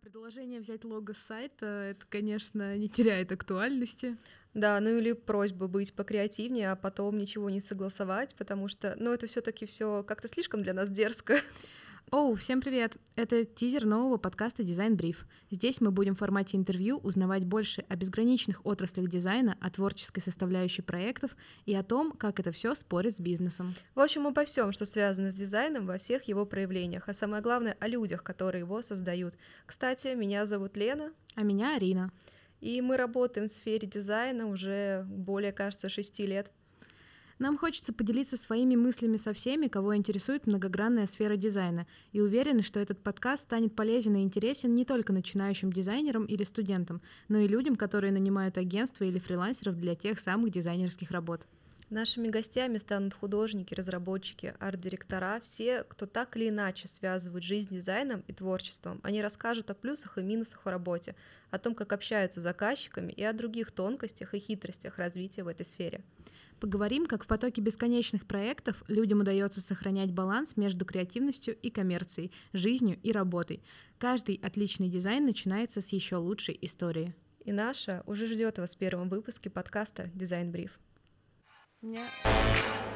предложение взять лого с сайта, это, конечно, не теряет актуальности. Да, ну или просьба быть покреативнее, а потом ничего не согласовать, потому что, ну, это все-таки все как-то слишком для нас дерзко. Оу, всем привет! Это тизер нового подкаста «Дизайн Бриф». Здесь мы будем в формате интервью узнавать больше о безграничных отраслях дизайна, о творческой составляющей проектов и о том, как это все спорит с бизнесом. В общем, обо всем, что связано с дизайном во всех его проявлениях, а самое главное, о людях, которые его создают. Кстати, меня зовут Лена. А меня Арина. И мы работаем в сфере дизайна уже более, кажется, 6 лет. Нам хочется поделиться своими мыслями со всеми, кого интересует многогранная сфера дизайна, и уверены, что этот подкаст станет полезен и интересен не только начинающим дизайнерам или студентам, но и людям, которые нанимают агентства или фрилансеров для тех самых дизайнерских работ. Нашими гостями станут художники, разработчики, арт-директора, все, кто так или иначе связывают жизнь с дизайном и творчеством. Они расскажут о плюсах и минусах в работе, о том, как общаются с заказчиками и о других тонкостях и хитростях развития в этой сфере. Поговорим, как в потоке бесконечных проектов людям удается сохранять баланс между креативностью и коммерцией, жизнью и работой. Каждый отличный дизайн начинается с еще лучшей истории. И наша уже ждет вас в первом выпуске подкаста «Дизайн Бриф». Yeah.